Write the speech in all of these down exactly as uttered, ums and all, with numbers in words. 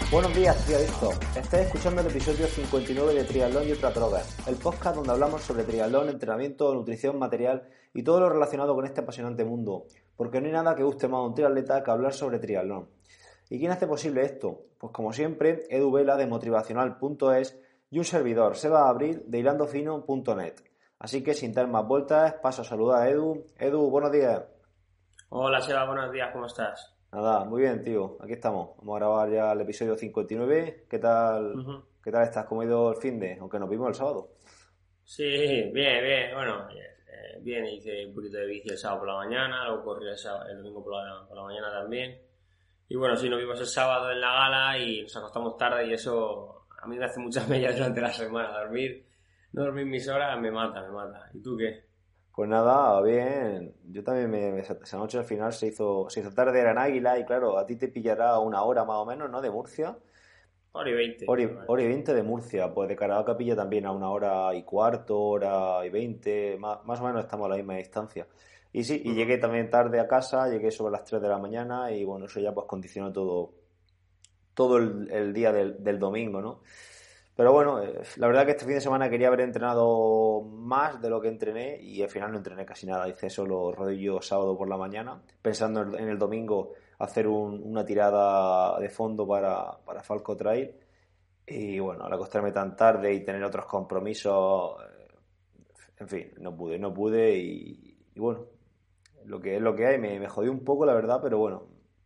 Buenos días, triadictos. Estáis escuchando el episodio cincuenta y nueve de Triatlón y otras drogas, el podcast donde hablamos sobre triatlón, entrenamiento, nutrición, material y todo lo relacionado con este apasionante mundo, porque no hay nada que guste más a un triatleta que hablar sobre triatlón. ¿Y quién hace posible esto? Pues como siempre, Edu Vela de motivacional punto es y un servidor, Seba Abril de hilando fino punto net. Así que sin dar más vueltas, paso a saludar a Edu. Edu, buenos días. Hola Seba, buenos días, ¿cómo estás? Nada, muy bien, tío. Aquí estamos. Vamos a grabar ya el episodio cincuenta y nueve. ¿Qué tal, Uh-huh. ¿Qué tal estás? ¿Cómo ha ido el finde? Aunque nos vimos el sábado. Sí, bien, bien. Bueno, eh, bien, hice un poquito de bici el sábado por la mañana, luego corrí el, sábado, el domingo por la, por la mañana también. Y bueno, sí, nos vimos el sábado en la gala y nos acostamos tarde y eso a mí me hace muchas mellas durante la semana. Dormir, no dormir mis horas me mata, me mata. ¿Y tú qué? Pues nada, bien. Yo también me, me- esa noche al final se hizo, se hizo tarde, era en Águila y claro, a ti te pillará una hora más o menos, ¿no? De Murcia. Hora y veinte. Hora y, Vale. hora y veinte de Murcia. Pues de Caravaca pilla también a una hora y cuarto, hora y veinte. Más, más o menos estamos a la misma distancia. Y sí, y Uh-huh. llegué también tarde a casa, llegué sobre las tres de la mañana y bueno, eso ya pues condicionó todo, todo el, el día del, del domingo, ¿no? Pero bueno, eh, la verdad que este fin de semana quería haber entrenado más de lo que entrené y al final no entrené casi nada. Hice solo rodillo sábado por la mañana, pensando en en el domingo hacer un- una tirada de fondo para, para Falco Trail. Y bueno, al acostarme tan tarde y tener otros compromisos, eh, en fin, no pude, no pude y, y bueno, lo que es lo que hay, me, me jodió un poco la verdad, pero bueno,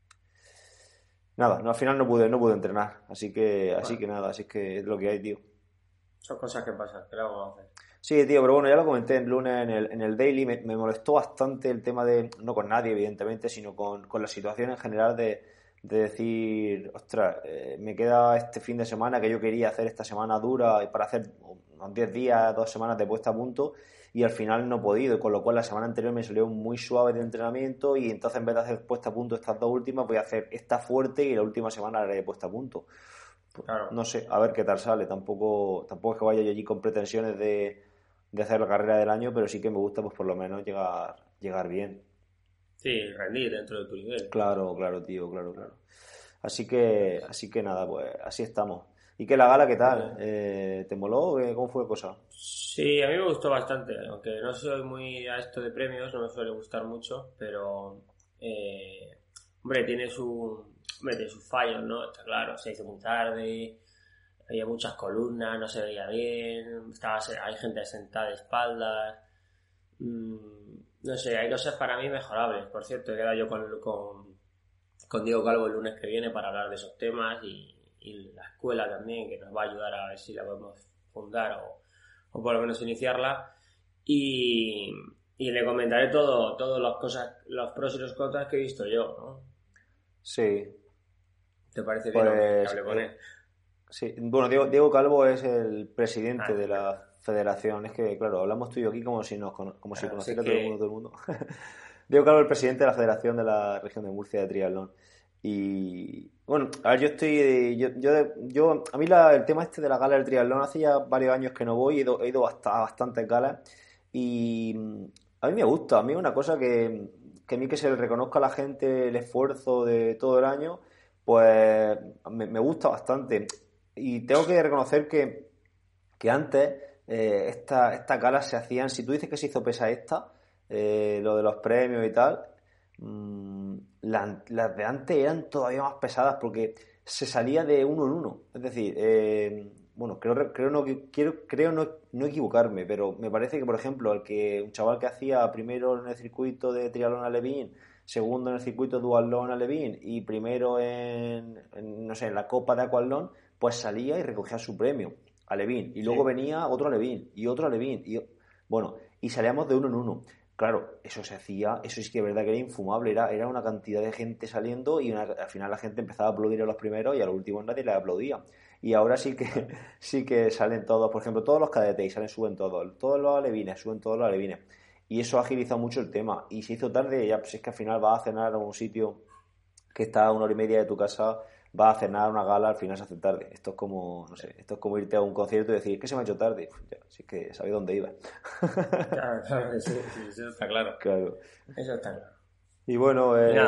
nada, no, al final no pude, no pude entrenar, así que, así Bueno, que nada, así que es lo que hay, tío. son cosas que pasan, ¿qué le vamos a hacer? Sí, tío, pero bueno, ya lo comenté el lunes en el, en el Daily, me, me molestó bastante el tema de, no con nadie, evidentemente, sino con, con la situación en general de, de decir, ostras, eh, me queda este fin de semana que yo quería hacer esta semana dura y para hacer unos diez días, dos semanas de puesta a punto y al final no he podido, y con lo cual la semana anterior me salió muy suave de entrenamiento y entonces en vez de hacer puesta a punto estas dos últimas voy a hacer esta fuerte y la última semana la haré puesta a punto. Pues, Claro. no sé, a ver qué tal sale, tampoco, tampoco es que vaya yo allí con pretensiones de de hacer la carrera del año, pero sí que me gusta pues por lo menos llegar, llegar bien. Sí, rendir dentro de tu nivel. Claro, claro, tío, claro, claro. Así que, así que nada, pues así estamos. ¿Y qué la gala qué Muy tal? bien. Eh, ¿te moló? ¿Qué- ¿Cómo fue la cosa? Sí, a mí me gustó bastante, aunque no soy muy a esto de premios, no me suele gustar mucho, pero eh, hombre, tiene su, hombre, tiene sus fallos, ¿no? Está claro, se hizo muy tarde, había muchas columnas, no se veía bien, estaba, hay gente sentada de espaldas, mm, no sé, hay cosas para mí mejorables. Por cierto, he quedado yo con, con, con Diego Calvo el lunes que viene para hablar de esos temas y, y la escuela también, que nos va a ayudar a ver si la podemos fundar o o por lo menos iniciarla, y, y le comentaré todo, todas las cosas, los pros y los contras que he visto yo, ¿no? Sí, ¿Te parece bien o que, que pues hable con eh, él? sí. Bueno, Diego, Diego Calvo es el Ah, presidente de estupendo. la federación. Es que, claro, hablamos tú y yo aquí como si nos cono- como si Claro, sé conociera todo el mundo, que... todo el mundo. Diego Calvo, el presidente de la Federación de la Región de Murcia de Triatlón. Y bueno, a ver, yo estoy. Yo, yo, yo- a mí la- el tema este de la gala del triatlón hace ya varios años que no voy, he ido, he ido hasta a bastantes galas. Y mm, a mí me gusta, a mí es una cosa que, que a mí que se le reconozca a la gente el esfuerzo de todo el año, pues me, me gusta bastante. Y tengo que reconocer que, que antes eh, esta- estas galas se hacían, si tú dices que se hizo pesa esta, eh, lo de los premios y tal, mmm, la- las de antes eran todavía más pesadas porque se salía de uno en uno. Es decir, eh, bueno, creo, creo, no, que- quiero, creo no, no equivocarme, pero me parece que, por ejemplo, el que un chaval que hacía primero en el circuito de triatlón alevín, segundo en el circuito duatlón alevín y primero en, en, no sé, en la copa de aquatlón, pues salía y recogía su premio. Alevín, y luego Sí, venía otro Alevín, y otro Alevín, y bueno, y salíamos de uno en uno. Claro, eso se hacía, eso sí que es verdad que era infumable, era, era una cantidad de gente saliendo y una- al final la gente empezaba a aplaudir a los primeros y a los últimos nadie les aplaudía. Y ahora sí que claro. sí que salen todos, por ejemplo, todos los cadetes y salen, suben todos, todos los alevines, suben todos los alevines. Y eso ha agilizado mucho el tema. Y se hizo tarde, ya pues es que al final vas a cenar a un sitio que está a una hora y media de tu casa, vas a cenar a una gala, al final se hace tarde. Esto es como, no sé, esto es como irte a un concierto y decir, ¿qué se me ha hecho tarde? Uf, ya, si es que sabía dónde iba. Claro, claro, sí, sí, eso está claro. Claro. Eso está claro. Y bueno, Y eh, nada,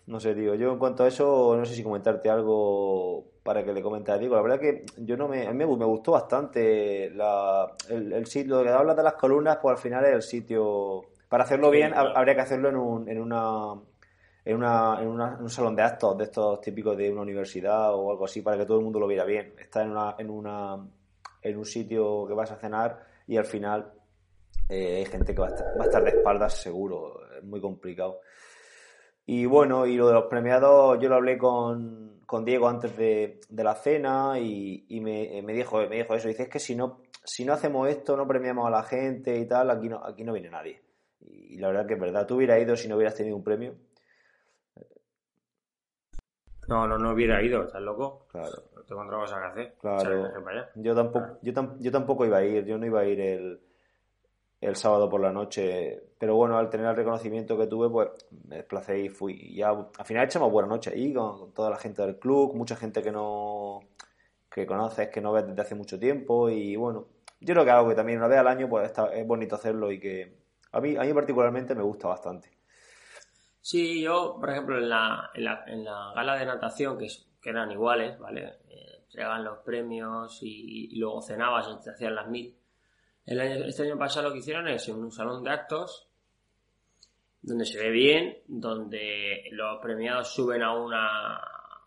no sé, tío. Yo en cuanto a eso, no sé si comentarte algo para que le comente a Diego. La verdad que yo no me, a mí me, me gustó bastante la, el, el sitio. Lo que hablas de las columnas, pues al final es el sitio. Para hacerlo Sí, bien, ha- claro. habría que hacerlo en un, en una, en una, en una- en un salón de actos de estos típicos de una universidad o algo así, para que todo el mundo lo viera bien. Está en una, en una, en un sitio que vas a cenar y al final eh, hay gente que va a estar, va a estar de espaldas seguro. Es muy complicado. Y bueno, y lo de los premiados, yo lo hablé con, con Diego antes de, de la cena y, y me, me dijo, me dijo eso. Dice, es que si no, si no hacemos esto, no premiamos a la gente y tal, aquí no, aquí no viene nadie. Y la verdad que es verdad, tú hubieras ido si no hubieras tenido un premio. No, no, no hubiera ido, ¿estás loco? Claro, No tengo otra cosa que hacer. Echarle claro. viaje para allá. Yo tampoco, Claro. yo, tam- yo tampoco iba a ir, yo no iba a ir el, el sábado por la noche, pero bueno, al tener el reconocimiento que tuve, pues me desplacé y fui. Y ya, al final echamos buena noche ahí con, con toda la gente del club, mucha gente que no, que conoces, que no ves desde hace mucho tiempo y bueno, yo creo que algo que también una vez al año pues está, es bonito hacerlo y que a mí, a mí particularmente me gusta bastante. Sí, yo, por ejemplo, en la, en la, en la gala de natación, que, es- que eran iguales, ¿vale? Eh, entregaban los premios y, y luego cenabas y te hacían las mil. El año- este año pasado lo que hicieron es en un salón de actos donde se ve bien, donde los premiados suben a una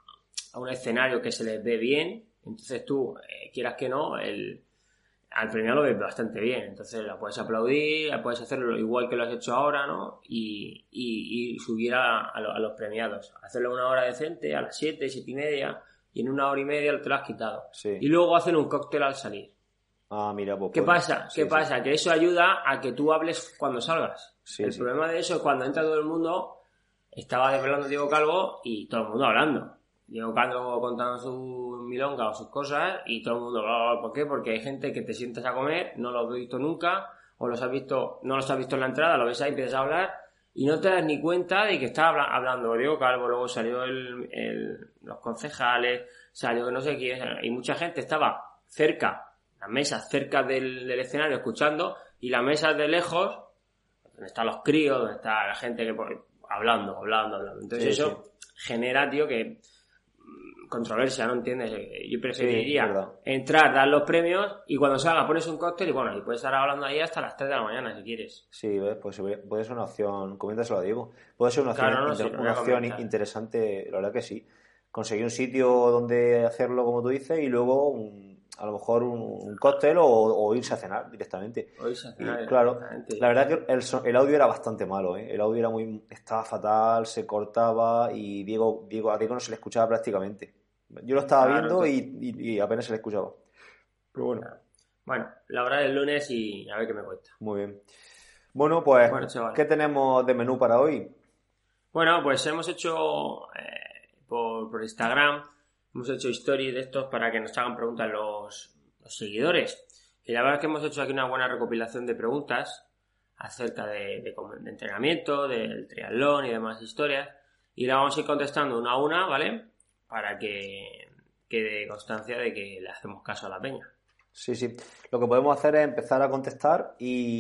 a un escenario que se les ve bien, entonces tú, eh, quieras que no, el, al premiado lo ves bastante bien, entonces la puedes aplaudir, puedes hacerlo igual que lo has hecho ahora, ¿no? Y, y, y subir a, a, lo- a los premiados, hacerlo una hora decente, a las siete, siete y media, y en una hora y media te lo has quitado. Sí. Y luego hacen un cóctel al salir. Ah, mira, pues ¿Qué puede- pasa? sí, ¿Qué sí, pasa? Que eso ayuda a que tú hables cuando salgas. sí, El sí, problema de eso es cuando entra todo el mundo, estaba desvelando Diego Calvo y todo el mundo hablando. Diego Calvo contando su milonga o sus cosas y todo el mundo, bla, bla, bla. ¿Por qué? Porque hay gente que te sientas a comer, no los has visto nunca, o los has visto, no los has visto en la entrada, lo ves ahí, empiezas a hablar y no te das ni cuenta de que está habla- hablando Diego Calvo, luego salió el, el- los concejales, salió que no sé quién, y mucha gente estaba cerca, las mesas cerca del, del escenario escuchando, y las mesas de lejos, donde están los críos, donde está la gente que pues, hablando, hablando, hablando. Entonces sí, sí, eso genera, tío, que mm, controversia, ¿no entiendes? Eh, Yo sí, es preferiría verdad. entrar, dar los premios y cuando salga pones un cóctel y bueno, y puedes estar hablando ahí hasta las tres de la mañana si quieres. Sí, ¿ves? Pues puede puede ser una opción, coméntaselo a Diego, puede ser una opción, Claro, no, sí, inter- lo voy una a opción comentar. interesante, la verdad que sí. Conseguir un sitio donde hacerlo, como tú dices, y luego un- a lo mejor un, un cóctel o, o irse a cenar directamente. Hoy se Y cenar claro, directamente y ya la verdad está. que el, so- el audio era bastante malo, ¿eh? El audio era muy, estaba fatal, se cortaba y Diego, Diego, a Diego no se le escuchaba prácticamente. Yo lo estaba Claro, viendo to- y, y- y apenas se le escuchaba. Pero bueno, claro. Bueno, la hora del lunes y a ver qué me cuenta. muy bien. Bueno, pues, Bueno, chaval. ¿qué tenemos de menú para hoy? Bueno, pues hemos hecho eh, por, por Instagram, hemos hecho stories de estos para que nos hagan preguntas los, los seguidores. Y la verdad es que hemos hecho aquí una buena recopilación de preguntas acerca de, de, cómo- de entrenamiento, del triatlón y demás historias. Y la vamos a ir contestando una a una, ¿vale? Para que quede constancia de que le hacemos caso a la peña. Sí, sí. Lo que podemos hacer es empezar a contestar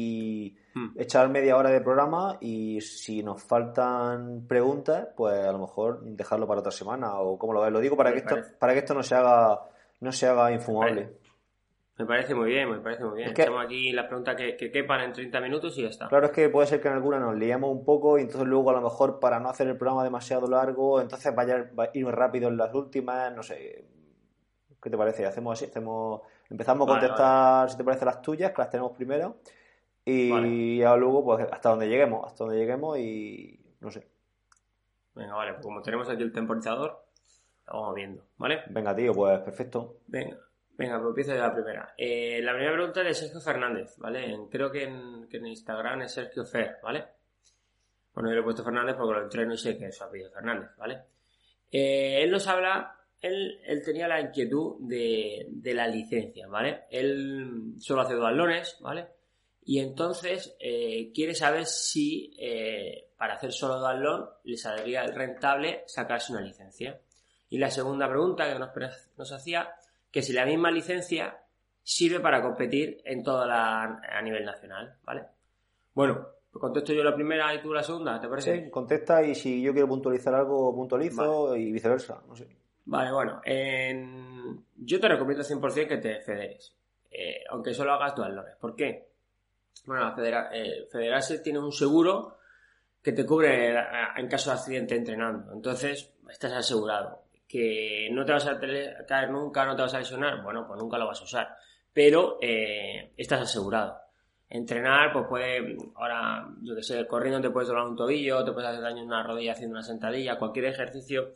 y Hmm. echar media hora de programa y si nos faltan preguntas, pues a lo mejor dejarlo para otra semana o como lo ves. Lo digo para que Me esto, parece, para que esto no se haga, no se haga me parece, infumable. me parece muy bien, me parece muy Es bien. que, Echamos aquí las preguntas que, que quepan en treinta minutos y ya está. claro, es que puede ser que en alguna nos liemos un poco y entonces luego a lo mejor para no hacer el programa demasiado largo, entonces vaya, va a ir rápido en las últimas, no sé. ¿Qué te parece? Hacemos así, hacemos, empezamos a Vale, vale, contestar, si te parece, las tuyas, que las tenemos primero. vale. Y ya luego, pues hasta donde lleguemos, hasta donde lleguemos y no sé. Venga, vale, pues como tenemos aquí el temporizador, lo vamos viendo, ¿vale? Venga, tío, pues perfecto. Venga, venga, pues empiezo de la primera. Eh, la primera pregunta es de Sergio Fernández, ¿vale? En- creo que en, que en Instagram es Sergio Fer, ¿vale? Bueno, yo le he puesto Fernández porque lo entreno y sé que es su apellido Fernández, ¿vale? Eh, él nos habla, él, él tenía la inquietud de, de la licencia, ¿vale? Él solo hace duatlones, ¿vale? Y entonces eh, quiere saber si eh, para hacer solo duatlón le saldría rentable sacarse una licencia. Y la segunda pregunta que nos, nos hacía, que si la misma licencia sirve para competir en toda la, a nivel nacional, ¿vale? Bueno, contesto yo la primera y tú la segunda, ¿te parece? Sí, contesta y si yo quiero puntualizar algo, puntualizo Vale. y viceversa, no sé. Vale, bueno, en... yo te recomiendo cien por ciento que te federes, eh, aunque solo hagas dualones. ¿Por qué? Bueno, la federa... eh, federarse tiene un seguro que te cubre en caso de accidente entrenando, entonces estás asegurado. Que no te vas a caer nunca, no te vas a lesionar, bueno, pues nunca lo vas a usar, pero eh, estás asegurado. Entrenar, pues puede, ahora, yo que sé, corriendo te puedes doblar un tobillo, te puedes hacer daño en una rodilla haciendo una sentadilla, cualquier ejercicio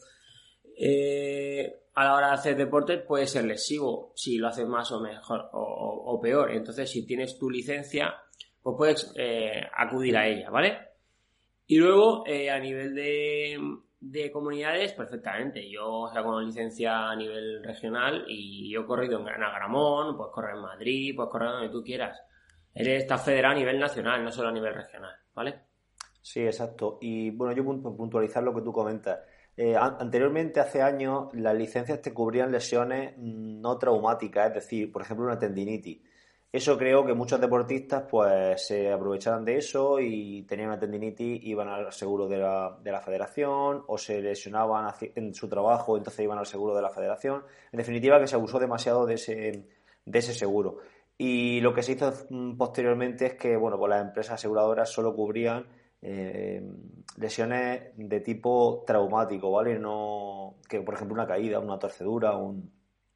eh, a la hora de hacer deporte puede ser lesivo si lo haces más o mejor o, o, o peor. Entonces, si tienes tu licencia, pues puedes eh, acudir a ella, ¿vale? Y luego, eh, a nivel de, de comunidades, perfectamente. Yo saco una licencia a nivel regional y yo he corrido en Gran Agramón, puedes correr en Madrid, puedes correr donde tú quieras. Eres, estás federado a nivel nacional, no solo a nivel regional, ¿vale? Sí, exacto. Y bueno, yo por puntualizar lo que tú comentas. Eh, an- anteriormente, hace años, las licencias te cubrían lesiones mm, no traumáticas, es decir, por ejemplo, una tendinitis. Eso creo que muchos deportistas pues se aprovechaban de eso y tenían una tendinitis, iban al seguro de la, de la federación o se lesionaban haci- en su trabajo, entonces iban al seguro de la federación. En definitiva, que se abusó demasiado de ese, de ese seguro. Y lo que se hizo mm, posteriormente es que, bueno, pues las empresas aseguradoras solo cubrían eh, lesiones de tipo traumático, ¿vale? No, que por ejemplo una caída, una torcedura, un,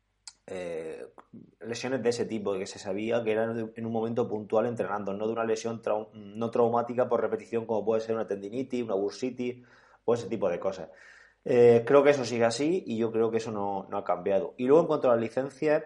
eh, lesiones de ese tipo, que se sabía que eran en un momento puntual entrenando, no de una lesión trau- no traumática por repetición como puede ser una tendinitis, una bursitis o ese tipo de cosas. Eh, creo que eso sigue así y yo creo que eso no, no ha cambiado. Y luego en cuanto a las licencias,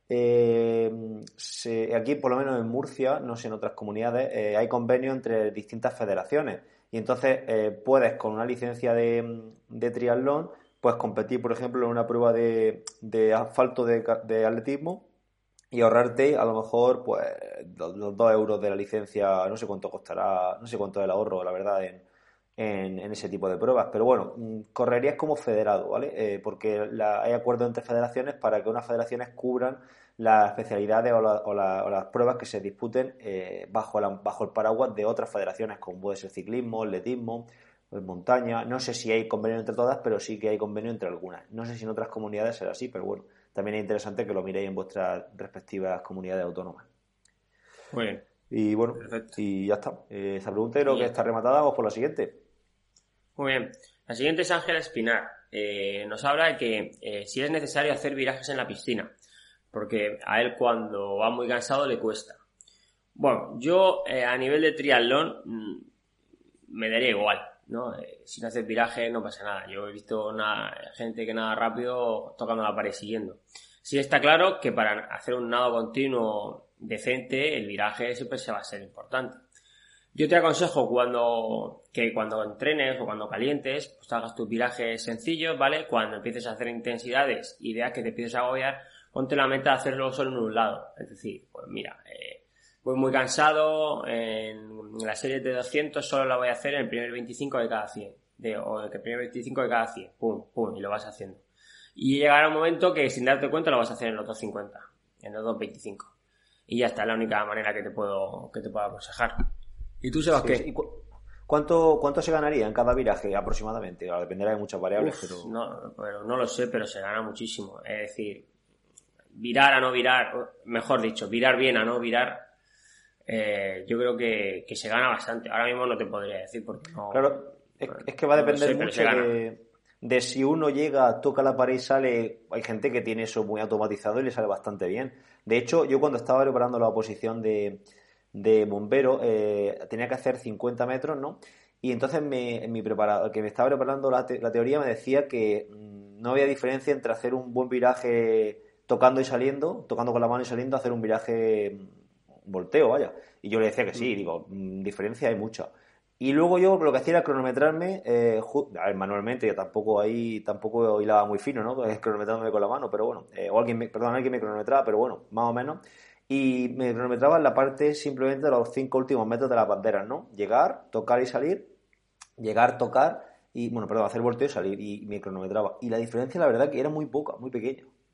eh, se- aquí por lo menos en Murcia, no sé en otras comunidades, eh, hay convenios entre distintas federaciones y entonces eh, puedes con una licencia de, de triatlón pues competir por ejemplo en una prueba de, de asfalto de, ca- de atletismo y ahorrarte a lo mejor pues los, los dos euros de la licencia, no sé cuánto costará, no sé cuánto es el ahorro, la verdad, en, en, en ese tipo de pruebas. Pero bueno, mm, correrías como federado, ¿vale? Eh, porque la- hay acuerdos entre federaciones para que unas federaciones cubran las especialidades o, la- o la- o las pruebas que se disputen eh, bajo, la- bajo el paraguas de otras federaciones, como puede ser ciclismo, atletismo, pues, montaña. No sé si hay convenio entre todas, pero sí que hay convenio entre algunas. No sé si en otras comunidades será así, pero bueno, también es interesante que lo miréis en vuestras respectivas comunidades autónomas. Muy bien, Y bueno, perfecto. y ya está. Eh, esa pregunta creo Y que ya está está. rematada. Vamos por la siguiente. Muy bien. La siguiente es Ángela Espinar. Eh, nos habla de que eh, si es necesario hacer virajes en la piscina, porque a él cuando va muy cansado le cuesta. Bueno, yo eh, a nivel de triatlón mmm, me daría igual, ¿no? Eh, si no haces viraje no pasa nada. Yo he visto una gente que nada rápido tocando la pared siguiendo. Sí está claro que para hacer un nado continuo decente el viraje siempre se va a ser importante. Yo te aconsejo cuando que cuando entrenes o cuando calientes, pues hagas tus virajes sencillos, ¿vale? Cuando empieces a hacer intensidades y veas que te empieces a agobiar, ponte la meta de hacerlo solo en un lado. Es decir, pues mira, eh, voy muy cansado, en la serie de doscientos solo la voy a hacer en el primer veinticinco de cada cien. De, o el primer veinticinco de cada cien. Pum, pum, y lo vas haciendo. Y llegará un momento que sin darte cuenta lo vas a hacer en los doscientos cincuenta, en los doscientos veinticinco. Y ya está, es la única manera que te puedo, que te puedo aconsejar. ¿Y tú, Sebas, Sí, sí. ¿Y qué? cu- cuánto, cuánto se ganaría en cada viraje aproximadamente? Claro, dependerá de muchas variables, Uf, pero... no, pero no lo sé, pero se gana muchísimo. Es decir, virar a no virar, mejor dicho, virar bien a no virar, eh, yo creo que, que se gana bastante. Ahora mismo no te podría decir porque no, Claro, es, es que va a no lo depender sé, pero se mucho gana. de, de si uno llega, toca la pared y sale. Hay gente que tiene eso muy automatizado y le sale bastante bien. De hecho, yo cuando estaba preparando la oposición de, de bombero, eh, tenía que hacer cincuenta metros, ¿no? Y entonces me, en mi preparador, que me estaba preparando la, te- la teoría me decía que mm, no había diferencia entre hacer un buen viraje tocando y saliendo, tocando con la mano y saliendo, hacer un viraje mm, volteo, vaya. Y yo le decía que sí, digo, mm, diferencia hay mucha. Y luego yo lo que hacía era cronometrarme, eh, ju- a ver, manualmente, yo tampoco ahí, tampoco hilaba muy fino, ¿no? Eh, cronometrándome con la mano, pero bueno, eh, o alguien me, perdón, alguien me cronometraba, pero bueno, más o menos. Y me cronometraba en la parte simplemente de los cinco últimos metros de las banderas, ¿no? Llegar, tocar y salir, llegar, tocar y, bueno, perdón, hacer volteo y salir, y me cronometraba. Y la diferencia, la verdad, que era muy poca, muy pequeña.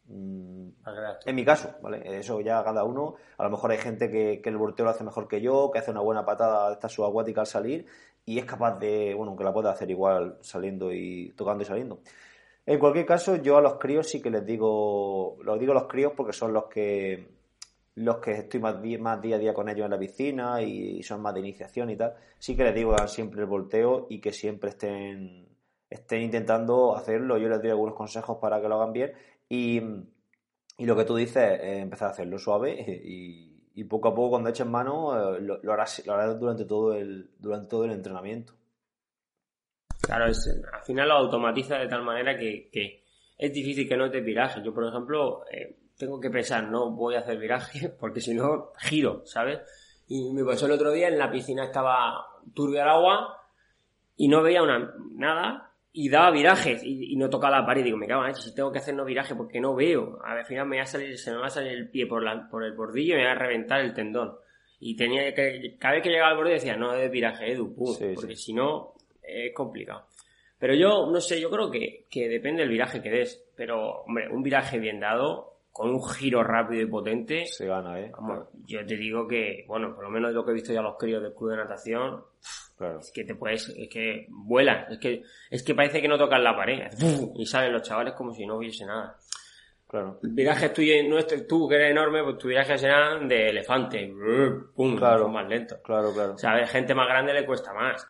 En mi caso, ¿vale? Eso ya cada uno. A lo mejor hay gente que, que el volteo lo hace mejor que yo, que hace una buena patada de esta subacuática al salir y es capaz de, bueno, que la pueda hacer igual saliendo y tocando y saliendo. En cualquier caso, yo a los críos sí que les digo, los digo a los críos porque son los que los que estoy más, di- más día a día con ellos en la piscina y son más de iniciación y tal. Sí que les digo hagan siempre el volteo y que siempre estén, estén intentando hacerlo. Yo les doy algunos consejos para que lo hagan bien y, y lo que tú dices, eh, empezar a hacerlo suave y, y poco a poco cuando eches mano eh, lo, lo harás, lo harás durante todo el, durante todo el entrenamiento. Claro, es, al final lo automatiza de tal manera que, que es difícil que no te viraje. Yo, por ejemplo, eh, tengo que pensar, no voy a hacer viraje porque si no, giro, ¿sabes? Y me pasó el otro día, en la piscina estaba turbia el agua y no veía una, nada y daba virajes y, y no tocaba la pared. Digo, me cago en la leche, si tengo que hacer no viraje porque no veo. Al final me va a salir, se me va a salir el pie por, la, por el bordillo y me va a reventar el tendón. Y tenía que, cada vez que llegaba al borde decía, no es viraje, Edu, pum, Sí, porque sí. si no es complicado. Pero yo, no sé, yo creo que, que depende del viraje que des. Pero, hombre, un viraje bien dado, con un giro rápido y potente, Se gana, ¿eh? vamos, yo te digo que, bueno, por lo menos lo que he visto ya los críos del club de natación, Claro. es que te puedes, es que vuelan, es que, es que parece que no tocan la pared, y salen los chavales como si no hubiese nada. Claro. El viraje tuyo y nuestro, tú que eres enorme, pues tu viraje serán de elefante, pum, Claro. son más lentos. Claro, claro. O sea, a ver, gente más grande le cuesta más.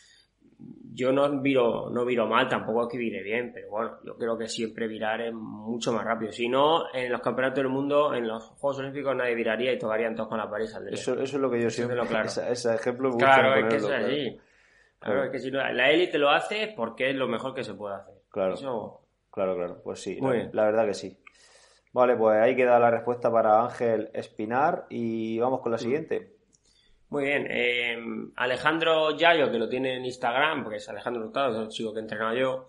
Yo no viro, no viro mal, tampoco es que vire bien, pero bueno, yo creo que siempre virar es mucho más rápido. Si no, en los campeonatos del mundo, en los Juegos Olímpicos nadie viraría y tocarían todos con la pared y saldría. Eso, eso es lo que yo Eso siempre... tenlo claro. Ese, ese ejemplo me gusta Claro, es que ponerlo, eso es claro. así. Claro, Claro. es que si no, la élite lo hace porque es lo mejor que se puede hacer. Claro. Eso, Claro, claro. Pues sí, muy la, bien. la verdad que sí. Vale, pues ahí queda la respuesta para Ángel Espinar y vamos con la siguiente. Muy bien. Eh, Alejandro Yayo, que lo tiene en Instagram, porque es Alejandro Hurtado, que es el chico que he entrenado yo,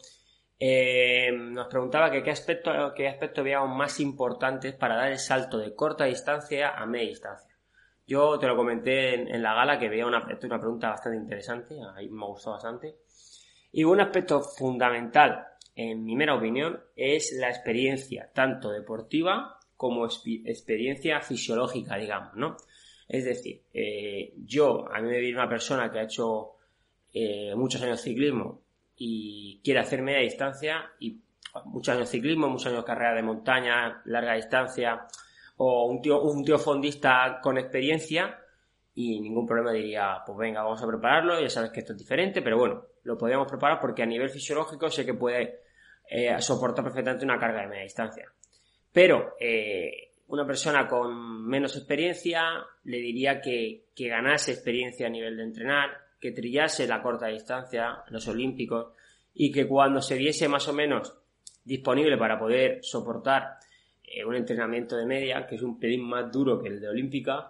eh, nos preguntaba que qué aspecto, qué aspecto veíamos más importantes para dar el salto de corta distancia a media distancia. Yo te lo comenté en, en la gala, que veía una, una pregunta bastante interesante, ahí me gustó bastante. Y un aspecto fundamental, en mi mera opinión, es la experiencia, tanto deportiva como experiencia fisiológica, digamos, ¿no? Es decir, eh, yo, a mí me viene una persona que ha hecho eh, muchos años de ciclismo y quiere hacer media distancia y muchos años de ciclismo, muchos años de carrera de montaña, larga distancia, o un tío, un tío fondista con experiencia y ningún problema diría, pues venga, vamos a prepararlo, ya sabes que esto es diferente, pero bueno, lo podríamos preparar porque a nivel fisiológico sé que puede eh, soportar perfectamente una carga de media distancia. Pero eh, una persona con menos experiencia le diría que, que ganase experiencia a nivel de entrenar, que trillase la corta distancia, los olímpicos, y que cuando se viese más o menos disponible para poder soportar eh, un entrenamiento de media, que es un pelín más duro que el de olímpica,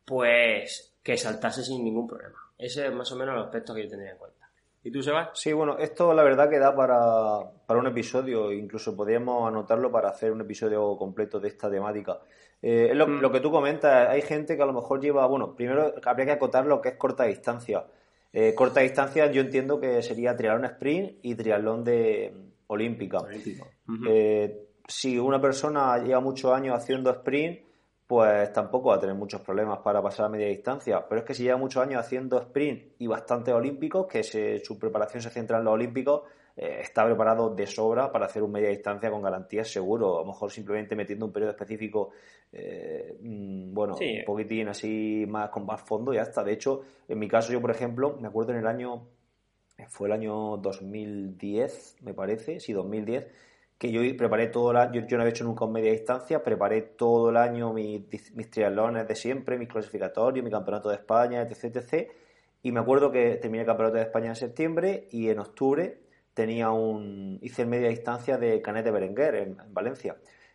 pues que saltase sin ningún problema. Ese es más o menos los aspectos que yo tendría en cuenta. ¿Y tú, Sebas? Sí, bueno, esto la verdad que da para, para un episodio, incluso podríamos anotarlo para hacer un episodio completo de esta temática. Eh, es lo, Mm. lo que tú comentas, hay gente que a lo mejor lleva, bueno, primero habría que acotar lo que es corta distancia. Eh, corta distancia yo entiendo que sería triatlón sprint y triatlón de olímpica. Olímpico. Uh-huh. Eh, si una persona lleva muchos años haciendo sprint, pues tampoco va a tener muchos problemas para pasar a media distancia. Pero es que si lleva muchos años haciendo sprint y bastantes olímpicos, que se, su preparación se centra en los olímpicos, eh, está preparado de sobra para hacer un media distancia con garantías seguro. A lo mejor simplemente metiendo un periodo específico, eh, mmm, bueno, Sí. un poquitín así más con más fondo y ya está. De hecho, en mi caso, yo por ejemplo, me acuerdo en el año, fue el año dos mil diez, me parece, sí, dos mil diez, que yo preparé todo el año, yo, yo no había hecho nunca un media distancia, preparé todo el año mis, mis triatlones de siempre, mis clasificatorios, mi campeonato de España, etc, etcétera. Y me acuerdo que terminé el campeonato de España en septiembre y en octubre tenía un hice el media distancia de Canet de Berenguer en, en Valencia.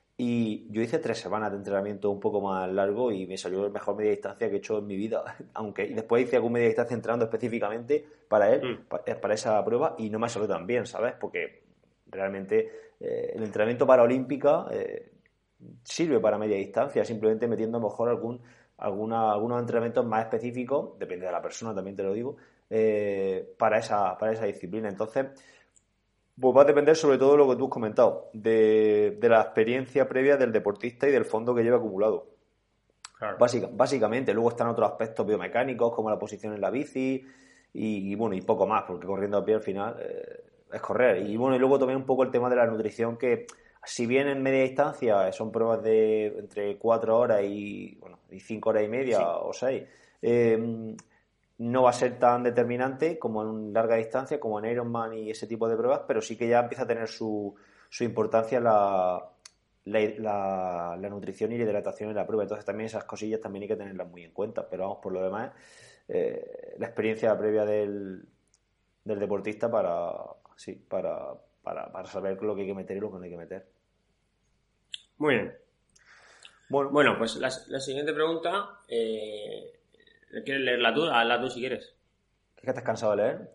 Y yo hice tres semanas de entrenamiento un poco más largo y me salió el mejor media distancia que he hecho en mi vida. Aunque, y después hice algún media distancia entrenando específicamente para él, Mm. para, para esa prueba, y no me salió tan bien, ¿sabes? Porque realmente eh, el entrenamiento paralímpica eh, sirve para media distancia, simplemente metiendo a lo mejor algún, alguna, algunos entrenamientos más específicos, depende de la persona, también te lo digo, eh, para, esa, para esa disciplina. Entonces, Pues va a depender sobre todo de lo que tú has comentado, de, de la experiencia previa del deportista y del fondo que lleva acumulado. Claro. Básica, básicamente, luego están otros aspectos biomecánicos como la posición en la bici y, y bueno, y poco más, porque corriendo a pie al final eh, es correr. Y bueno, y luego también un poco el tema de la nutrición, que si bien en media distancia son pruebas de entre cuatro horas y bueno y cinco horas y media Sí. o seis, eh, no va a ser tan determinante como en larga distancia, como en Ironman y ese tipo de pruebas, pero sí que ya empieza a tener su, su importancia la, la, la, la nutrición y la hidratación en la prueba. Entonces también esas cosillas también hay que tenerlas muy en cuenta. Pero vamos, por lo demás, eh, la experiencia previa del, del deportista para, sí, para, para, para saber lo que hay que meter y lo que no hay que meter. Muy bien. Bueno, Bueno, pues la, la siguiente pregunta, eh, ¿quieres leerla tú? Hazla tú si quieres. ¿es que estás cansado de leer?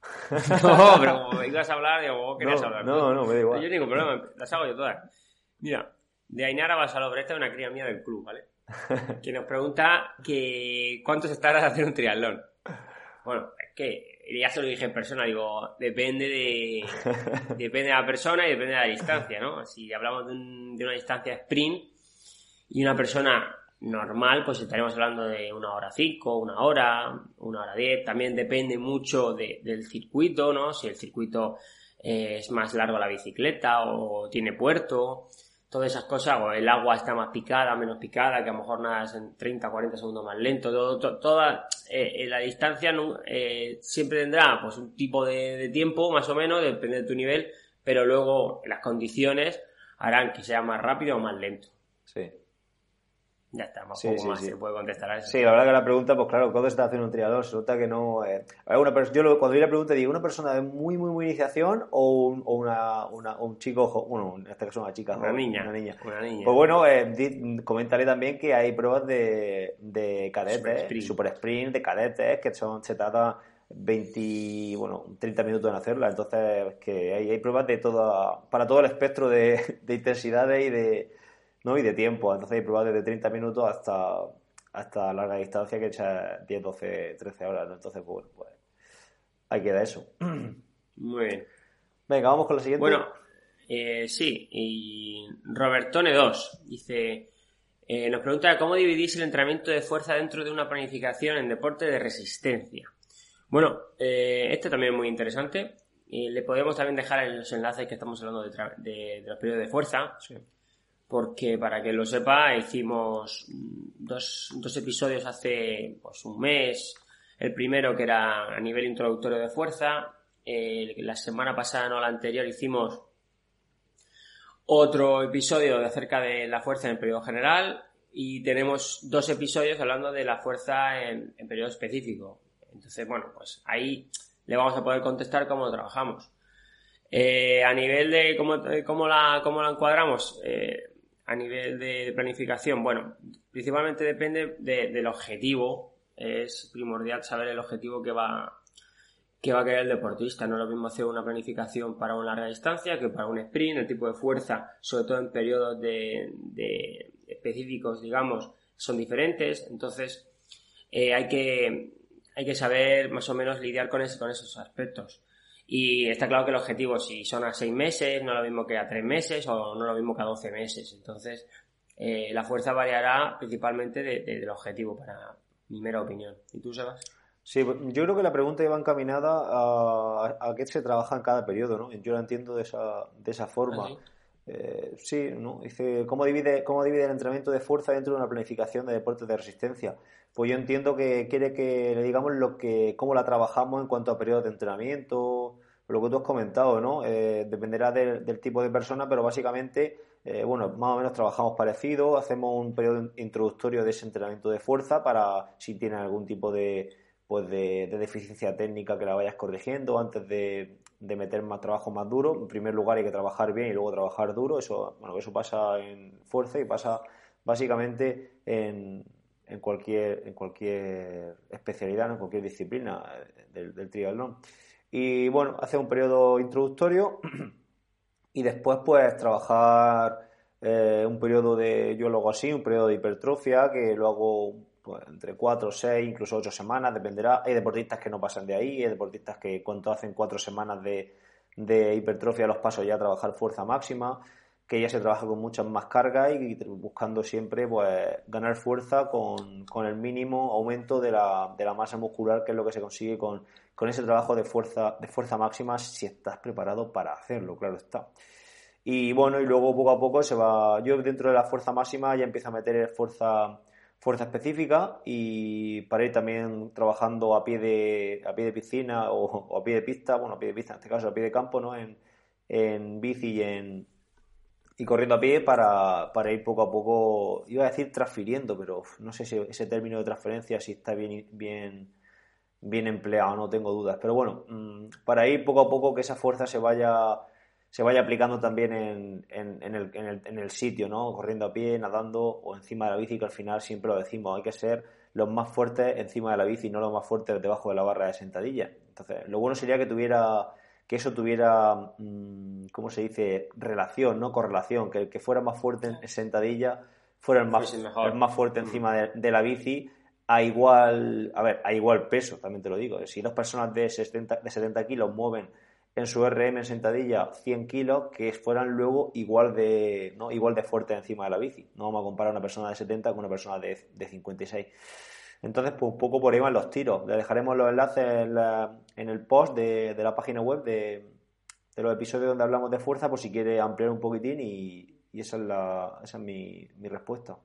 No, pero como me ibas a hablar, digo, vos querías No, hablar. no, no, me da igual. Yo ningún problema, las hago yo todas. Mira, de Ainara Basalobre, esta es una cría mía del club, ¿vale? Que nos pregunta que cuánto se tarda en hacer un triatlón. Bueno, es que ya se lo dije en persona, digo, depende de depende de la persona y depende de la distancia, ¿no? Si hablamos de, un, de una distancia sprint y una persona normal, pues estaremos hablando de una hora cinco, una hora, una hora diez. También depende mucho de, del circuito, ¿no? Si el circuito eh, es más largo la bicicleta o tiene puerto, todas esas cosas, o el agua está más picada, menos picada, que a lo mejor nadas en treinta, cuarenta segundos más lento, todo, to, toda eh, la distancia no, eh, siempre tendrá pues un tipo de, de tiempo, más o menos, depende de tu nivel, pero luego las condiciones harán que sea más rápido o más lento. Sí. Ya está, más Sí, poco sí, más sí. se puede contestar a eso. Sí, la verdad que la pregunta, pues claro, ¿cuándo se está haciendo un triatlón? Se nota que no... Eh, una pers- yo lo- cuando vi la pregunta digo, ¿una persona de muy, muy, muy iniciación o un, o una, una- o un chico, jo- bueno, en este caso una chica Una joven, niña, una niña? una niña. Pues bueno, eh, di- comentaré también que hay pruebas de, de Super cadetes, sprint. super sprint, de cadetes, que son, se trata veinte, bueno, treinta minutos en hacerla. Entonces, que hay, hay pruebas de toda, para todo el espectro de, de intensidades y de, ¿no? y de tiempo. Entonces hay pruebas desde treinta minutos hasta hasta larga distancia que echa diez, doce, trece horas, ¿no? Entonces, bueno, pues ahí queda eso. Muy bien. Venga, vamos con la siguiente. Bueno, eh, sí, y Robertone dos dice, eh, nos pregunta cómo dividís el entrenamiento de fuerza dentro de una planificación en deporte de resistencia. Bueno, eh, este también es muy interesante y le podemos también dejar en los enlaces que estamos hablando de, tra- de, de los periodos de fuerza. Sí. Porque para que lo sepa, hicimos dos, dos episodios hace pues un mes. El primero que era a nivel introductorio de fuerza. Eh, la semana pasada, no la anterior, hicimos otro episodio acerca de la fuerza en el periodo general. Y tenemos dos episodios hablando de la fuerza en, en periodo específico. Entonces, bueno, pues ahí le vamos a poder contestar cómo lo trabajamos. Eh, a nivel de cómo, cómo, la, cómo la encuadramos... Eh, a nivel de planificación, bueno, principalmente depende de, del objetivo. Es primordial saber el objetivo que va, que va a querer el deportista. No es lo mismo hacer una planificación para una larga distancia que para un sprint. El tipo de fuerza, sobre todo en periodos de, de específicos, digamos, son diferentes. Entonces, eh, hay que, hay que saber más o menos lidiar con, ese, con esos aspectos. Y está claro que el objetivo, si son a seis meses, no es lo mismo que a tres meses o no es lo mismo que a doce meses. Entonces, eh, la fuerza variará principalmente de, de, del objetivo, para mi mera opinión. ¿Y tú, Sebas? Sí, yo creo que la pregunta iba encaminada a, a qué se trabaja en cada periodo, ¿no? Yo la entiendo de esa, de esa forma. ¿Ah, sí? Eh, sí, ¿no? Dice, ¿cómo divide, cómo divide el entrenamiento de fuerza dentro de una planificación de deportes de resistencia? Pues yo entiendo que quiere que le digamos lo que, cómo la trabajamos en cuanto a periodos de entrenamiento, lo que tú has comentado, ¿no? Eh, dependerá del, del tipo de persona, pero básicamente, eh, bueno, más o menos trabajamos parecido, hacemos un periodo introductorio de ese entrenamiento de fuerza para si tiene algún tipo de, pues de, de deficiencia técnica que la vayas corrigiendo antes de de meter más trabajo más duro. En primer lugar hay que trabajar bien y luego trabajar duro. Eso, bueno, eso pasa en fuerza y pasa básicamente en, en cualquier en cualquier especialidad, ¿no? En cualquier disciplina del, del triatlón. Y bueno, hace un periodo introductorio y después pues trabajar eh, un periodo de, yo lo hago así, un periodo de hipertrofia que lo hago pues, entre cuatro, seis, incluso ocho semanas, dependerá. Hay deportistas que no pasan de ahí, hay deportistas que cuando hacen cuatro semanas de, de hipertrofia a los pasos ya a trabajar fuerza máxima, que ya se trabaja con muchas más cargas y buscando siempre pues ganar fuerza con, con el mínimo aumento de la, de la masa muscular, que es lo que se consigue con, con ese trabajo de fuerza, de fuerza máxima, si estás preparado para hacerlo, claro está. Y bueno, y luego poco a poco se va, yo dentro de la fuerza máxima ya empiezo a meter fuerza, fuerza específica, y para ir también trabajando a pie de, a pie de piscina o, o a pie de pista, bueno, a pie de pista en este caso, a pie de campo, ¿no? En, en bici y en y corriendo a pie para, para ir poco a poco, iba a decir transfiriendo, pero uf, no sé si ese término de transferencia si está bien, bien, bien empleado, no tengo dudas. Pero bueno, mmm, para ir poco a poco que esa fuerza se vaya, se vaya aplicando también en, en, en, el, en, el, en el sitio, ¿no? Corriendo a pie, nadando o encima de la bici, que al final siempre lo decimos, hay que ser los más fuertes encima de la bici, no los más fuertes debajo de la barra de sentadilla. Entonces, lo bueno sería que tuviera... que eso tuviera, ¿cómo se dice?, relación, ¿no? Correlación, que el que fuera más fuerte en sentadilla fuera el más, el más fuerte encima de, de la bici, a igual, a ver, a igual peso, también te lo digo. Si dos personas de setenta, de setenta kilos mueven en su R M en sentadilla cien kilos, que fueran luego igual de, ¿no? igual de fuertes encima de la bici. No vamos a comparar una persona de setenta con una persona de, de cincuenta y seis. Entonces, pues un poco por ahí van los tiros. Le dejaremos los enlaces en, la, en el post de, de la página web de, de los episodios donde hablamos de fuerza, por si quiere ampliar un poquitín, y, y esa es la esa es mi, mi respuesta.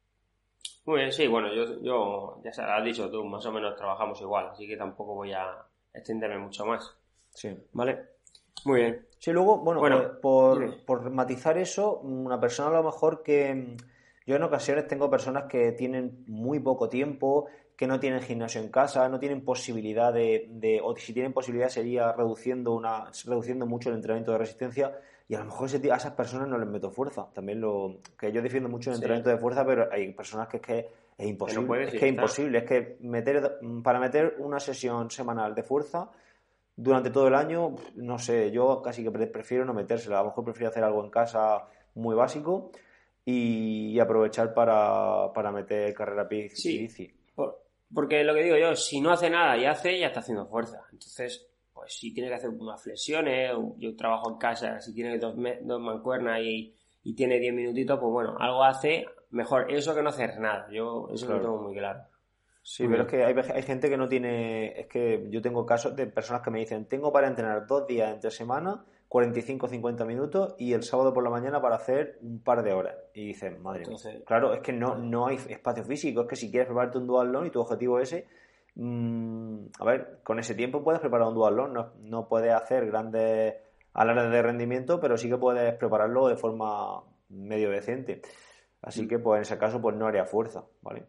Muy bien, sí, bueno, yo, yo ya se lo has dicho tú, más o menos trabajamos igual, así que tampoco voy a extenderme mucho más. Sí. ¿Vale? Muy bien. Sí, luego, bueno, bueno eh, por, por matizar eso, una persona a lo mejor que... Yo en ocasiones tengo personas que tienen muy poco tiempo, que no tienen gimnasio en casa, no tienen posibilidad de, de o si tienen posibilidad sería reduciendo una reduciendo mucho el entrenamiento de resistencia, y a lo mejor ese, a esas personas no les meto fuerza. También lo que yo defiendo mucho el sí. entrenamiento de fuerza, pero hay personas que es que es imposible, que no puedes, es que es imposible, es que meter para meter una sesión semanal de fuerza durante todo el año, no sé, yo casi que prefiero no metérsela, a lo mejor prefiero hacer algo en casa muy básico y aprovechar para, para meter carrera bici. Sí, bici. Por, porque lo que digo yo, si no hace nada y hace, ya está haciendo fuerza. Entonces, pues si tiene que hacer unas flexiones, yo trabajo en casa, si tiene dos, dos mancuernas y, y tiene diez minutitos, pues bueno, algo hace, mejor eso que no hacer nada. Yo eso claro. Lo tengo muy claro. Sí, muy pero bien. Es que hay, hay gente que no tiene... Es que yo tengo casos de personas que me dicen, tengo para entrenar dos días entre semana, cuarenta y cinco a cincuenta minutos, y el sábado por la mañana para hacer un par de horas. Y dicen, madre Entonces, mía. Claro, es que no, no hay espacio físico. Es que si quieres prepararte un duatlón y tu objetivo es ese, mmm, a ver, con ese tiempo puedes preparar un duatlón. No, no puedes hacer grandes alardes de rendimiento, pero sí que puedes prepararlo de forma medio decente. Así mm. que, pues en ese caso, pues no haría fuerza, ¿vale?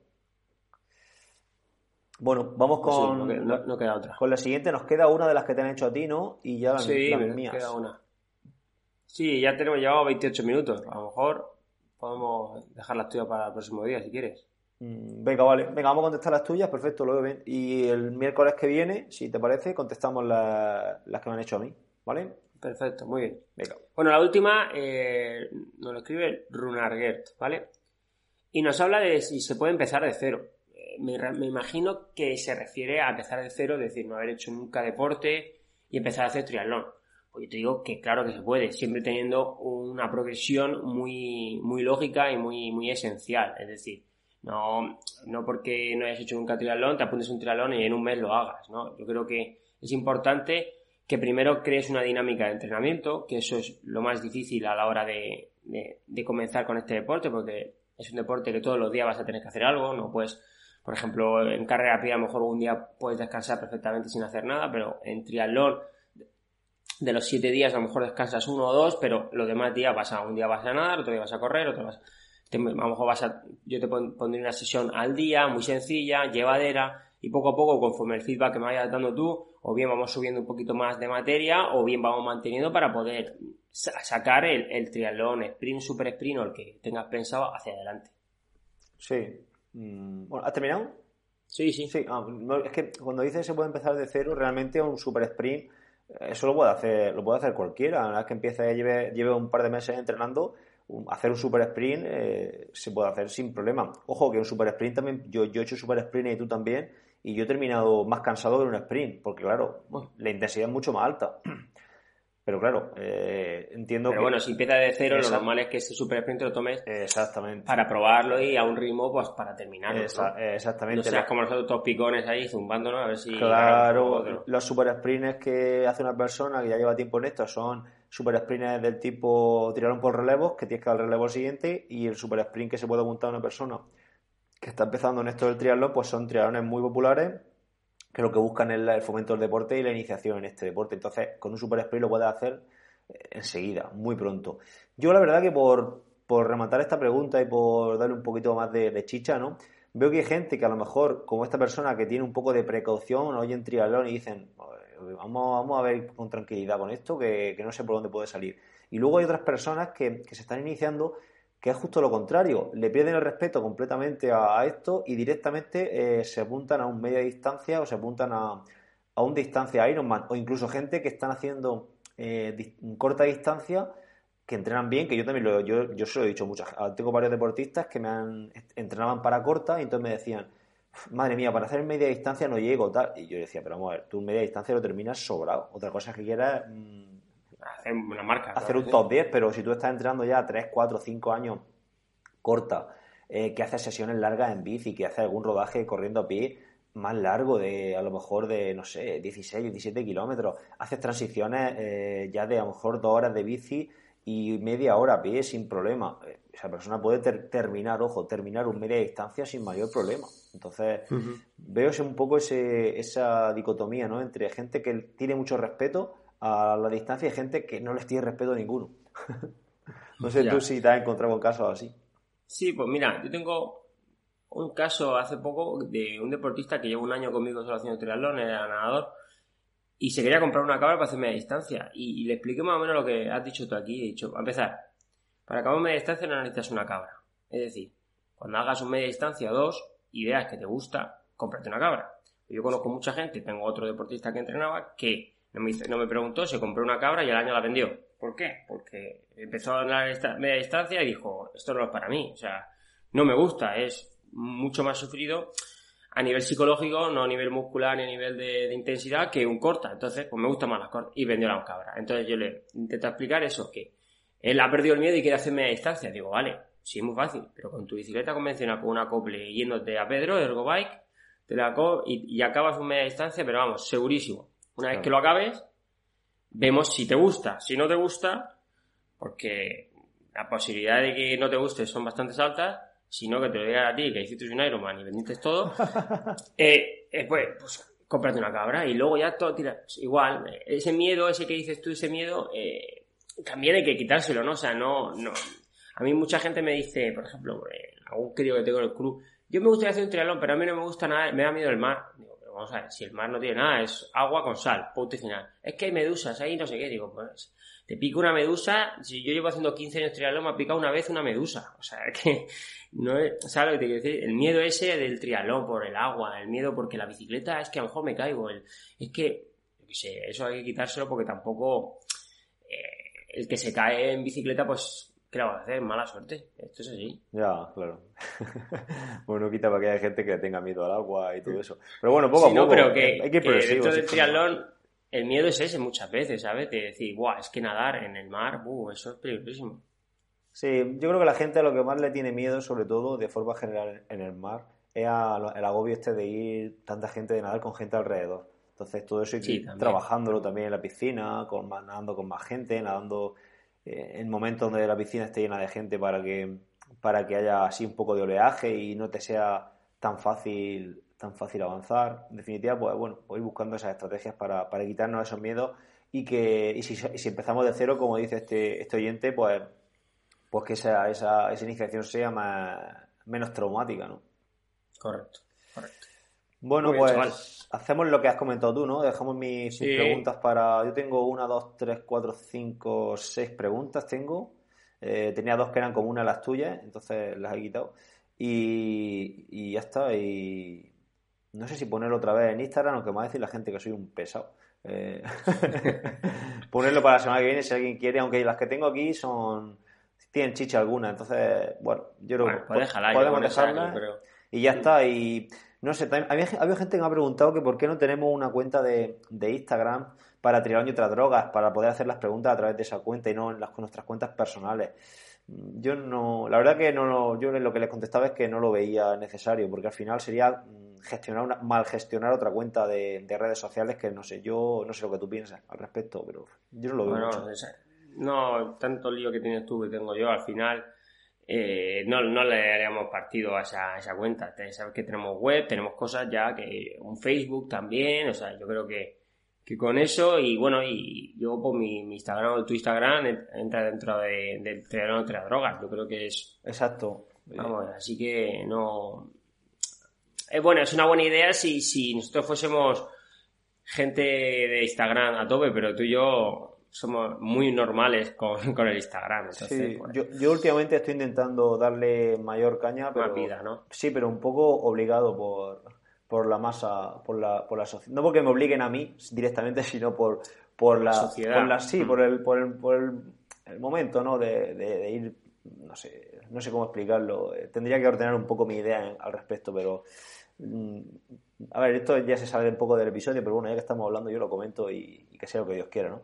Bueno, vamos pues con, sí, no, queda, no, no queda otra. Con la siguiente. Nos queda una de las que te han hecho a ti, ¿no? Y ya las, sí, las me mías. queda una. Sí, ya tenemos llevado veintiocho minutos. A lo mejor podemos dejar las tuyas para el próximo día, si quieres. Mm, venga, vale. Venga, vamos a contestar las tuyas. Perfecto, lo veo bien. Y el miércoles que viene, si te parece, contestamos la, las que me han hecho a mí, ¿vale? Perfecto, muy bien. Venga. Bueno, la última eh, nos lo escribe Runargert, ¿vale? Y nos habla de si se puede empezar de cero. Me, me imagino que se refiere a empezar de cero, es decir, no haber hecho nunca deporte y empezar a hacer triatlón. Pues yo te digo que claro que se puede, siempre teniendo una progresión muy, muy lógica y muy, muy esencial. Es decir, no, no porque no hayas hecho nunca triatlón, te apuntes un triatlón y en un mes lo hagas, ¿no? Yo creo que es importante que primero crees una dinámica de entrenamiento, que eso es lo más difícil a la hora de, de, de comenzar con este deporte, porque es un deporte que todos los días vas a tener que hacer algo, no puedes... Por ejemplo, en carrera a pie a lo mejor un día puedes descansar perfectamente sin hacer nada, pero en triatlón de los siete días a lo mejor descansas uno o dos, pero los demás días vas a un día vas a nadar, otro día vas a correr, otro vas a, te, a lo mejor vas a, yo te pondré una sesión al día, muy sencilla, llevadera, y poco a poco, conforme el feedback que me vayas dando tú, o bien vamos subiendo un poquito más de materia, o bien vamos manteniendo para poder sacar el, el triatlón, sprint, super sprint o el que tengas pensado hacia adelante. Sí. Bueno, ¿has terminado? Sí, sí. sí ah, no, es que cuando dices se puede empezar de cero, realmente un super sprint, eso lo puede hacer, lo puede hacer cualquiera. Una vez que empiece, lleve, lleve un par de meses entrenando, un, hacer un super sprint eh, se puede hacer sin problema. Ojo, que un super sprint también, yo, yo he hecho super sprint y tú también, y yo he terminado más cansado que en un sprint, porque claro, la intensidad es mucho más alta. Pero claro, eh, entiendo Pero que... bueno, si empieza de cero, Exacto. lo normal es que ese super sprint lo tomes Exactamente. para probarlo y a un ritmo pues para terminarlo, Esa, ¿no? Exactamente. No seas como nosotros todos picones ahí zumbándonos a ver si Claro, los super sprints que hace una persona que ya lleva tiempo en esto son super sprints del tipo triatlón por relevos, que tienes que dar el relevo al siguiente, y el super sprint que se puede montar una persona que está empezando en esto del triatlón, pues son triatlones muy populares que lo que buscan es el fomento del deporte y la iniciación en este deporte. Entonces, con un super sprint lo puedes hacer enseguida, muy pronto. Yo la verdad que por, por rematar esta pregunta y por darle un poquito más de, de chicha, ¿no? Veo que hay gente que a lo mejor, como esta persona que tiene un poco de precaución, oyen triatlón y dicen, vamos, vamos a ver con tranquilidad con esto, que, que no sé por dónde puede salir. Y luego hay otras personas que, que se están iniciando, que es justo lo contrario, le pierden el respeto completamente a, a esto y directamente eh, se apuntan a un media distancia o se apuntan a, a un distancia Ironman, o incluso gente que están haciendo eh, di- corta distancia, que entrenan bien, que yo también lo yo, yo se lo he dicho muchas, tengo varios deportistas que me han entrenaban para corta y entonces me decían, madre mía, para hacer media distancia no llego, tal, y yo decía, pero vamos a ver, tú media distancia lo terminas sobrado, otra cosa es que quieras mmm, hacer una marca, hacer claro, un sí. top diez, pero si tú estás entrenando ya tres, cuatro, cinco años corta, eh, que haces sesiones largas en bici, que haces algún rodaje corriendo a pie más largo, de a lo mejor de, no sé, dieciséis, diecisiete kilómetros, haces transiciones eh, ya de a lo mejor dos horas de bici y media hora a pie sin problema. Esa persona puede ter- terminar, ojo, terminar un media distancia sin mayor problema. Entonces, uh-huh. veo ese, un poco ese, esa dicotomía, ¿no? Entre gente que tiene mucho respeto a la distancia y gente que no les tiene respeto a ninguno. No sé ya. Tú si te has encontrado con casos así. Sí, pues mira, yo tengo un caso hace poco de un deportista que lleva un año conmigo solo haciendo triatlón, era nadador, y se quería comprar una cabra para hacer media distancia. Y, y le expliqué más o menos lo que has dicho tú aquí. He dicho, a empezar, para acabar media distancia no necesitas una cabra. Es decir, cuando hagas un media distancia o dos y veas que te gusta, cómprate una cabra. Yo conozco mucha gente, tengo otro deportista que entrenaba que no me, no me preguntó, se compró una cabra y al año la vendió. ¿Por qué? Porque empezó a la media distancia y dijo, esto no es para mí, o sea, no me gusta, es mucho más sufrido a nivel psicológico, no a nivel muscular ni a nivel de, de intensidad que un corta. Entonces, pues me gusta más las cortas y vendió la cabra. Entonces yo le intento explicar eso, que él ha perdido el miedo y quiere hacer media distancia. Digo, vale, sí es muy fácil, pero con tu bicicleta convencional, con un acople yéndote a Pedro, Ergobike, te la co- y, y acabas un media distancia, pero vamos, segurísimo. Una vez claro. que lo acabes, vemos si te gusta. Si no te gusta, porque la posibilidad de que no te guste son bastante altas, sino que te lo digan a ti, que hiciste un Ironman y vendiste todo, eh, eh, pues, pues cómprate una cabra y luego ya todo tira. Igual, ese miedo, ese que dices tú, ese miedo, eh, también hay que quitárselo, ¿no? O sea, no, no. A mí mucha gente me dice, por ejemplo, eh, algún crío que tengo en el club, yo me gustaría hacer un triatlón, pero a mí no me gusta nada, me da miedo el mar. Digo, pero vamos a ver, si el mar no tiene nada, es agua con sal, punto y final. Es que hay medusas ahí, no sé qué, digo, pues te pica una medusa, si yo llevo haciendo quince años triatlón, me ha picado una vez una medusa. O sea, es que no es, ¿sabes lo que te quiero decir? El miedo ese del triatlón por el agua, el miedo porque la bicicleta es que a lo mejor me caigo, el, es que, yo qué sé, eso hay que quitárselo porque tampoco eh, el que se cae en bicicleta, pues, ¿qué le va a hacer? Mala suerte. Esto es así. Ya, claro. Bueno, quita para que haya gente que tenga miedo al agua y todo eso. Pero bueno, poco sí, a poco. No, pero que, hay que ir que dentro del sí, triatlón el miedo es ese muchas veces, ¿sabes? De decir, guau, es que nadar en el mar, buh, eso es peligrosísimo. Sí, yo creo que la gente a lo que más le tiene miedo, sobre todo, de forma general en el mar, es al agobio este de ir tanta gente de nadar con gente alrededor. Entonces todo eso hay que Sí, ir también. trabajándolo también en la piscina, con, nadando con más gente, nadando eh, en momentos donde la piscina esté llena de gente para que, para que haya así un poco de oleaje y no te sea tan fácil, tan fácil avanzar. En definitiva, pues bueno, voy buscando esas estrategias para, para quitarnos esos miedos y que y si, y si empezamos de cero, como dice este, este oyente, pues pues que esa, esa, esa iniciación sea más, menos traumática, ¿no? Correcto, correcto. Bueno, bien, pues chaval. Hacemos lo que has comentado tú, ¿no? Dejamos mis, sí. mis preguntas para... Yo tengo una, dos, tres, cuatro, cinco, seis preguntas tengo. Eh, tenía dos que eran comunes a las tuyas, entonces las he quitado. Y, y ya está. Y no sé si ponerlo otra vez en Instagram, aunque me va a decir la gente que soy un pesado. Eh... Ponerlo para la semana que viene si alguien quiere, aunque las que tengo aquí son... tienen chicha alguna, entonces, bueno, yo creo bueno, que pues déjala, podemos dejarla. dejarla. Pero... y ya está. Y no sé, también, había, había gente que me ha preguntado que por qué no tenemos una cuenta de, de Instagram para Triatlón y otras drogas, para poder hacer las preguntas a través de esa cuenta y no en las, con nuestras cuentas personales. Yo no, la verdad que no lo, yo lo que les contestaba es que no lo veía necesario, porque al final sería gestionar una, mal gestionar otra cuenta de, de redes sociales que no sé, yo no sé lo que tú piensas al respecto, pero yo no lo veo bueno, mucho. Esa, no, tanto lío que tienes tú que tengo yo, al final eh, no, no le haríamos partido a esa, a esa cuenta. Sabes que tenemos web, tenemos cosas ya, que un Facebook también, o sea, yo creo que que con eso, y bueno, y yo por mi, mi Instagram, tu Instagram entra dentro de, del triatlón de las drogas, yo creo que es... Exacto. Vamos, así que no... Eh, bueno, es una buena idea si, si nosotros fuésemos gente de Instagram a tope, pero tú y yo somos muy normales con, con el Instagram. Entonces, sí, pues, yo, yo últimamente estoy intentando darle mayor caña, pero... más vida, ¿no? Sí, pero un poco obligado por... por la masa, por la, por la sociedad. No porque me obliguen a mí directamente, sino por, por la, la sociedad. Por la, sí, mm. por, el, por, el, por el, el momento, ¿no? De, de, de ir, no sé, no sé cómo explicarlo. Tendría que ordenar un poco mi idea en, al respecto, pero... Mmm, a ver, esto ya se sale un poco del episodio, pero bueno, ya que estamos hablando yo lo comento y, y que sea lo que Dios quiera, ¿no?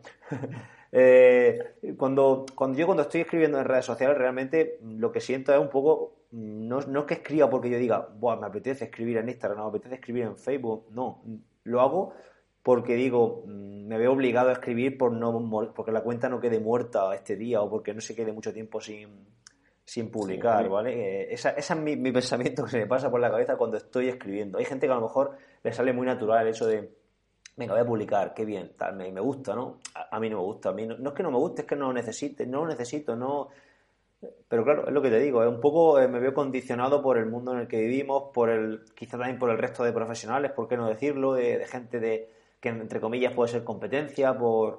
eh, cuando, cuando yo cuando estoy escribiendo en redes sociales, realmente lo que siento es un poco... No, no es que escriba porque yo diga, buah, me apetece escribir en Instagram, no, me apetece escribir en Facebook, no, lo hago porque digo, me veo obligado a escribir por no porque la cuenta no quede muerta este día o porque no se quede mucho tiempo sin, sin publicar, sí, ¿vale? Eh, esa, esa es mi, mi pensamiento que se me pasa por la cabeza cuando estoy escribiendo. Hay gente que a lo mejor le sale muy natural el hecho de, venga, voy a publicar, qué bien, tal, me, me gusta, ¿no? A, a mí no me gusta, a mí no, no es que no me guste, es que no lo necesite, no lo necesito, no... Pero claro, es lo que te digo, es un poco eh, me veo condicionado por el mundo en el que vivimos, por el quizá también por el resto de profesionales, por qué no decirlo, de, de gente de que entre comillas puede ser competencia, por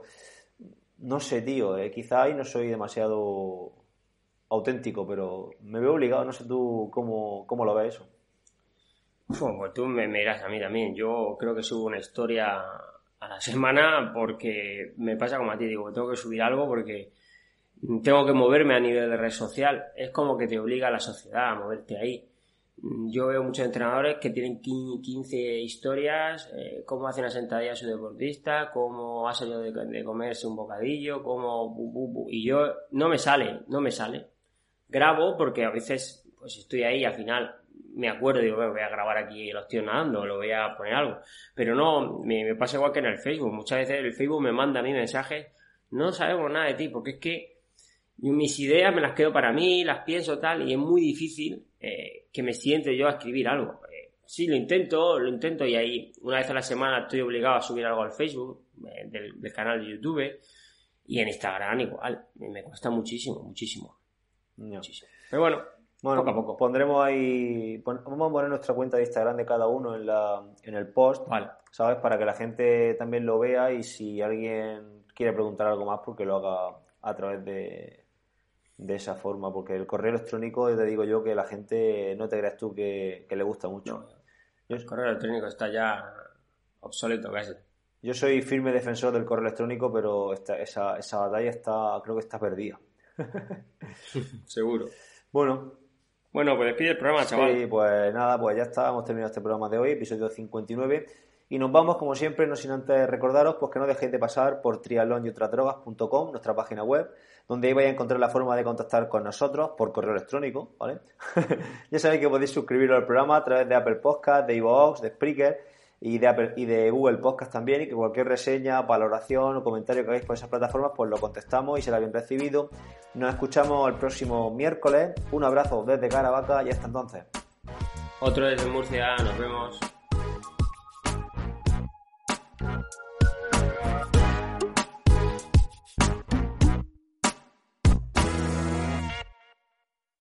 no sé, tío, eh, quizá ahí no soy demasiado auténtico, pero me veo obligado, no sé tú cómo, cómo lo ves eso. Pues tú me miras a mí también, yo creo que subo una historia a la semana porque me pasa como a ti, digo, tengo que subir algo porque tengo que moverme a nivel de red social. Es como que te obliga a la sociedad a moverte ahí. Yo veo muchos entrenadores que tienen quince historias, eh, cómo hace una sentadilla a su deportista, cómo ha salido de, de comerse un bocadillo, cómo... Bu, bu, bu, y yo no me sale, no me sale. Grabo porque a veces pues estoy ahí y al final me acuerdo y digo, bueno, voy a grabar aquí lo estoy nadando, lo voy a poner algo. Pero no, me, me pasa igual que en el Facebook. Muchas veces el Facebook me manda a mí mensajes, no sabemos nada de ti, porque es que mis ideas me las quedo para mí, las pienso tal, y es muy difícil eh, que me siente yo a escribir algo. Eh, sí, lo intento, lo intento y ahí una vez a la semana estoy obligado a subir algo al Facebook, eh, del, del canal de YouTube, y en Instagram igual. Me, me cuesta muchísimo, muchísimo. No. muchísimo. Pero bueno, bueno, poco a poco. Pondremos ahí, pon, vamos a poner nuestra cuenta de Instagram de cada uno en, la, en el post, vale. ¿sabes? Para que la gente también lo vea y si alguien quiere preguntar algo más, porque lo haga a través de... de esa forma, porque el correo electrónico te digo yo que la gente no te creas tú que, que le gusta mucho. No, el correo electrónico está ya obsoleto casi. Yo soy firme defensor del correo electrónico, pero esta, esa, esa batalla está, creo que está perdida. Seguro. Bueno. Bueno, pues despide el programa, chaval. Sí, pues nada, pues ya está, hemos terminado este programa de hoy, episodio cincuenta y nueve. Y nos vamos, como siempre, no sin antes recordaros pues que no dejéis de pasar por triatlón y otras drogas punto com, nuestra página web, donde ahí vais a encontrar la forma de contactar con nosotros por correo electrónico, ¿vale? Ya sabéis que podéis suscribiros al programa a través de Apple Podcast, de iVoox, de Spreaker y de, Apple, y de Google Podcast también, y que cualquier reseña, valoración o comentario que hagáis por esas plataformas, pues lo contestamos y será bien recibido. Nos escuchamos el próximo miércoles. Un abrazo desde Caravaca y hasta entonces. Otro desde Murcia, nos vemos.